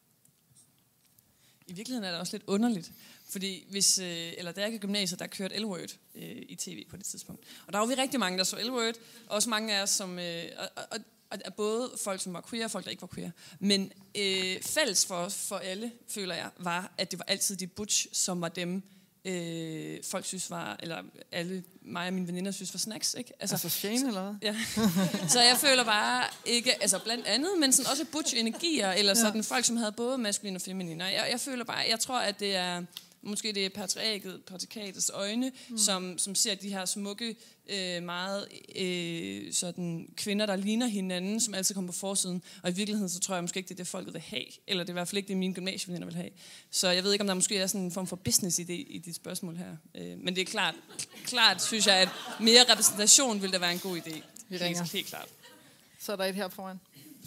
I virkeligheden er det også lidt underligt, fordi hvis, øh, eller da jeg gik i gymnasiet, der kørte L-Word øh, i tv på det tidspunkt. Og der var vi rigtig mange, der så L-Word, også mange af os, som, øh, og, og, og både folk, som var queer og folk, der ikke var queer. Men øh, fælles for, for alle, føler jeg, var, at det var altid de butch, som var dem, øh, folk synes var, eller alle mig og mine veninder synes var snacks, ikke? Altså, altså Shane, eller hvad? Ja. Så jeg føler bare ikke, altså blandt andet, men sådan også butch-energier, eller sådan ja. Folk, som havde både maskuline og feminine. Jeg, jeg føler bare, jeg tror, at det er, måske det er patriarket, patriarkatets øjne, mm. som, som ser de her smukke, øh, meget øh, sådan kvinder, der ligner hinanden, som altid kommer på forsiden. Og i virkeligheden, så tror jeg måske ikke, det er det, folket vil have. Eller det er i hvert fald ikke det, mine gymnasieveninder vil have. Så jeg ved ikke, om der måske er sådan en form for business-idé i dit spørgsmål her. Øh, men det er klart, klart, synes jeg, at mere repræsentation vil da være en god idé. Vi ringer. Helt, helt klart. Så er der et her foran.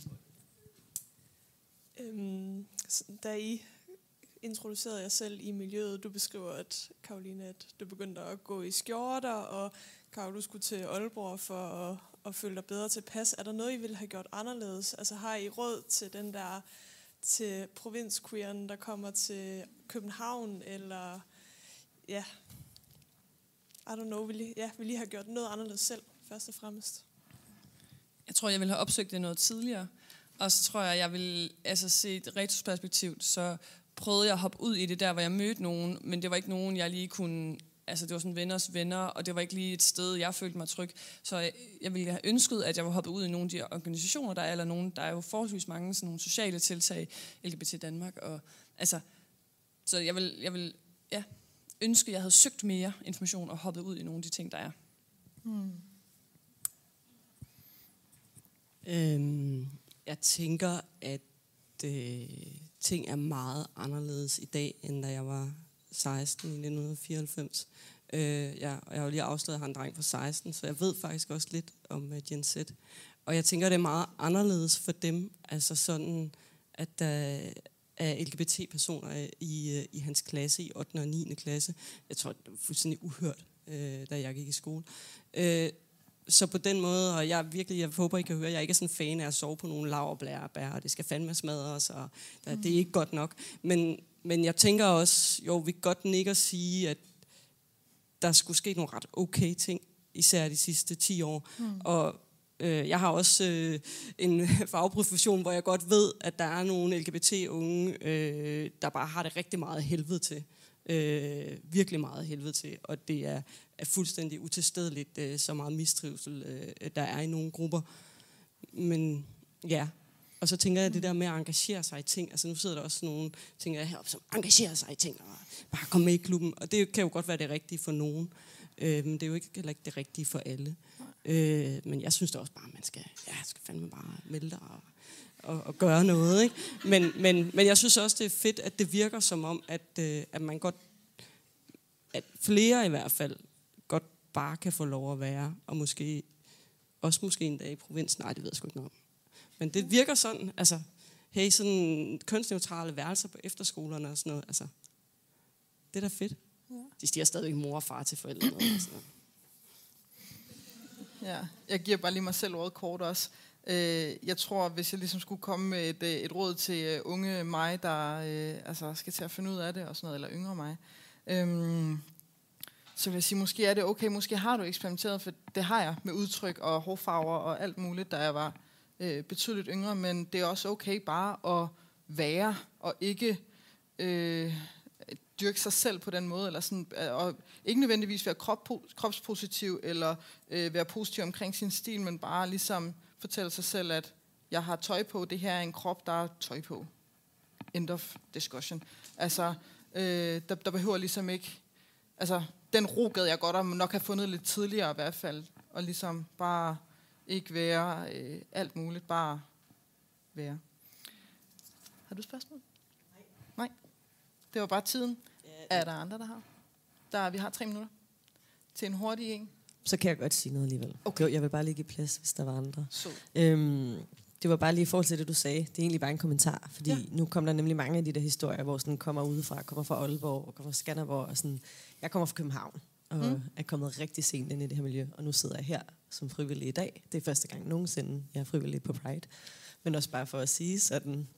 Øhm, da I introducerede jer selv i miljøet, du beskriver, at Karoline, at du begyndte at gå i skjorter, og Karo, du skulle til Aalborg for at, at føle dig bedre tilpas. Er der noget, I ville have gjort anderledes? Altså har I råd til den der, til provinsqueeren, der kommer til København, eller ja, I don't know, vil I, ja, vil I have gjort noget anderledes selv, først og fremmest? Jeg tror, jeg ville have opsøgt det noget tidligere, og så tror jeg, jeg vil, altså set retrospektivt, så prøvede jeg at hoppe ud i det der, hvor jeg mødte nogen, men det var ikke nogen, jeg lige kunne, altså det var sådan venners venner, og det var ikke lige et sted, jeg følte mig tryg. Så jeg, jeg ville have ønsket, at jeg var hoppet ud i nogle af de organisationer, der er, eller nogen, der er jo forholdsvis mange sådan nogle sociale tiltag, L G B T Danmark, og altså, så jeg vil, jeg vil ja, ønske, at jeg havde søgt mere information og hoppet ud i nogle af de ting, der er. Hmm. Øhm, jeg tænker, at øh, ting er meget anderledes i dag, end da jeg var seksten i nitten fireoghalvfems. Øh, jeg, jeg har jo lige afsløret, at jeg har en dreng på seksten, så jeg ved faktisk også lidt om uh, Gen Z. Og jeg tænker, det er meget anderledes for dem, altså sådan, at der er L G B T-personer i, i hans klasse, i ottende og niende klasse. Jeg tror, det var fuldstændig uhørt, øh, da jeg gik i skole. Øh, Så på den måde, og jeg virkelig, jeg håber, I kan høre, jeg er ikke sådan en fan af at sove på nogle laurbær, og det skal fandme smadres, og der, mm. det er ikke godt nok. Men, men jeg tænker også, jo, vi kan godt ikke at sige, at der skulle ske nogle ret okay ting, især de sidste ti år. Mm. Og øh, jeg har også øh, en fagprofession, hvor jeg godt ved, at der er nogle L G B T-unge, øh, der bare har det rigtig meget helvede til. Øh, virkelig meget helvede til, og det er, er fuldstændig utilstedeligt, øh, så meget mistrivsel, øh, der er i nogle grupper. Men ja, Og så tænker jeg, det der med at engagere sig i ting, altså nu sidder der også nogle, tænker jeg heroppe, som engagerer sig i ting, og bare komme med i klubben, og det kan jo godt være det rigtige for nogen, øh, men det er jo ikke, heller ikke det rigtige for alle. Øh, men jeg synes da også bare, at man skal, ja, skal fandme bare melde dig og, og, og gøre noget, ikke? Men, men, men jeg synes også, det er fedt, at det virker som om, at, øh, at man godt, at flere i hvert fald, godt bare kan få lov at være, og måske også måske en dag i provinsen. Nej, det ved jeg sgu ikke noget om. Men det virker sådan, altså, hey, sådan kønsneutrale værelser på efterskolerne og sådan noget, altså, det er da fedt. Ja. De stiger stadigvæk mor og far til forældrene og sådan noget. Ja, jeg giver bare lige mig selv råd kort også. Jeg tror, hvis jeg ligesom skulle komme med et, et råd til unge mig, der øh, altså skal til at finde ud af det og sådan noget, eller yngre mig, øhm, så vil jeg sige, måske er det okay, måske har du eksperimenteret, for det har jeg med udtryk og hårfarver og alt muligt, da jeg var øh, betydeligt yngre, men det er også okay bare at være og ikke øh, dyrke sig selv på den måde, eller sådan, og ikke nødvendigvis være krop, kropspositiv eller øh, være positiv omkring sin stil, men bare ligesom fortælle sig selv, at jeg har tøj på, det her er en krop, der er tøj på. End of discussion. Altså, øh, der, der behøver ligesom ikke, altså, den ro gad jeg godt om nok have fundet lidt tidligere i hvert fald, og ligesom bare ikke være øh, alt muligt, bare være. Har du spørgsmål? Nej. Nej. Det var bare tiden. Ja, er der andre, der har? Der, vi har tre minutter til en hurtig en. Så kan jeg godt sige noget alligevel. Okay. Jo, jeg vil bare lige give plads, hvis der var andre. Så. Øhm, det var bare lige i forhold til det, du sagde. Det er egentlig bare en kommentar, fordi ja. Nu kommer der nemlig mange af de der historier, hvor sådan kommer udefra, kommer fra Aalborg, og kommer fra Skanderborg, og sådan. Jeg kommer fra København, og mm. er kommet rigtig sent ind i det her miljø, og nu sidder jeg her som frivillig i dag. Det er første gang nogensinde, jeg er frivillig på Pride. Men også bare for at sige sådan,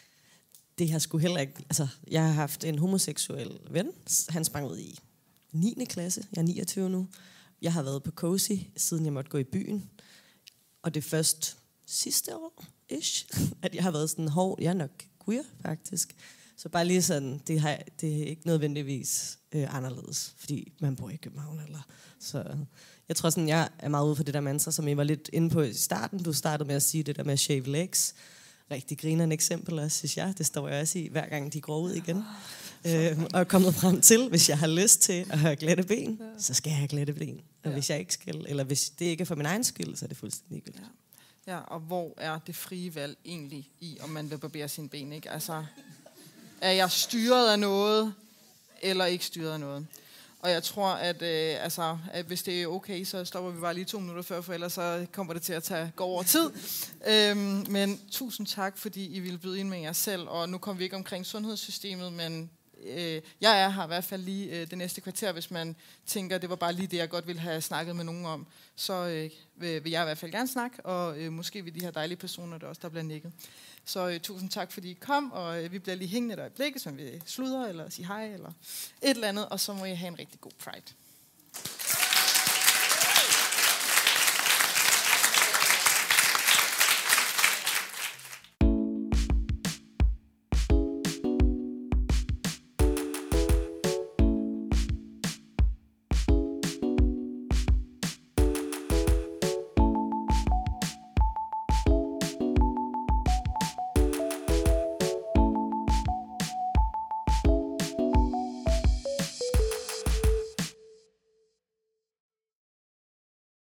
det har sgu heller ikke, altså, jeg har haft en homoseksuel ven, han sprang ud i niende klasse, jeg er niogtyve nu. Jeg har været på Cozy, siden jeg måtte gå i byen. Og det er først sidste år, ish, at jeg har været sådan hård. Jeg er nok queer, faktisk. Så bare lige sådan, det, har, det er ikke nødvendigvis øh, anderledes, fordi man bor i København. Eller. Så jeg tror sådan, jeg er meget ude for det der mantra, som I var lidt inde på i starten. Du startede med at sige det der med at shave legs. Rigtig griner en eksempel også, synes jeg. Det står jeg også i, hver gang de går ud igen. Øh, og er kommet frem til, hvis jeg har lyst til at have glatte ben, ja. Så skal jeg have glatte ben. Og ja. Hvis jeg ikke skal, eller hvis det ikke er for min egen skyld, så er det fuldstændig ligegyldigt. Ja. Ja, og hvor er det frie valg egentlig i, om man vil barbere sine ben, ikke? Altså, er jeg styret af noget, eller ikke styret af noget? Og jeg tror, at, øh, altså, at hvis det er okay, så stopper vi bare lige to minutter før, for ellers så kommer det til at tage, gå over tid. øhm, men tusind tak, fordi I ville byde ind med jer selv. Og nu kommer vi ikke omkring sundhedssystemet, men øh, jeg er her i hvert fald lige øh, det næste kvarter, hvis man tænker, det var bare lige det, jeg godt ville have snakket med nogen om. Så øh, vil jeg i hvert fald gerne snakke, og øh, måske vil de her dejlige personer, der også der bliver nikket. Så øh, tusind tak, fordi I kom, og øh, vi bliver lige hængende et øjeblik, så vi sluder, eller sige hej, eller et eller andet, og så må I have en rigtig god Pride.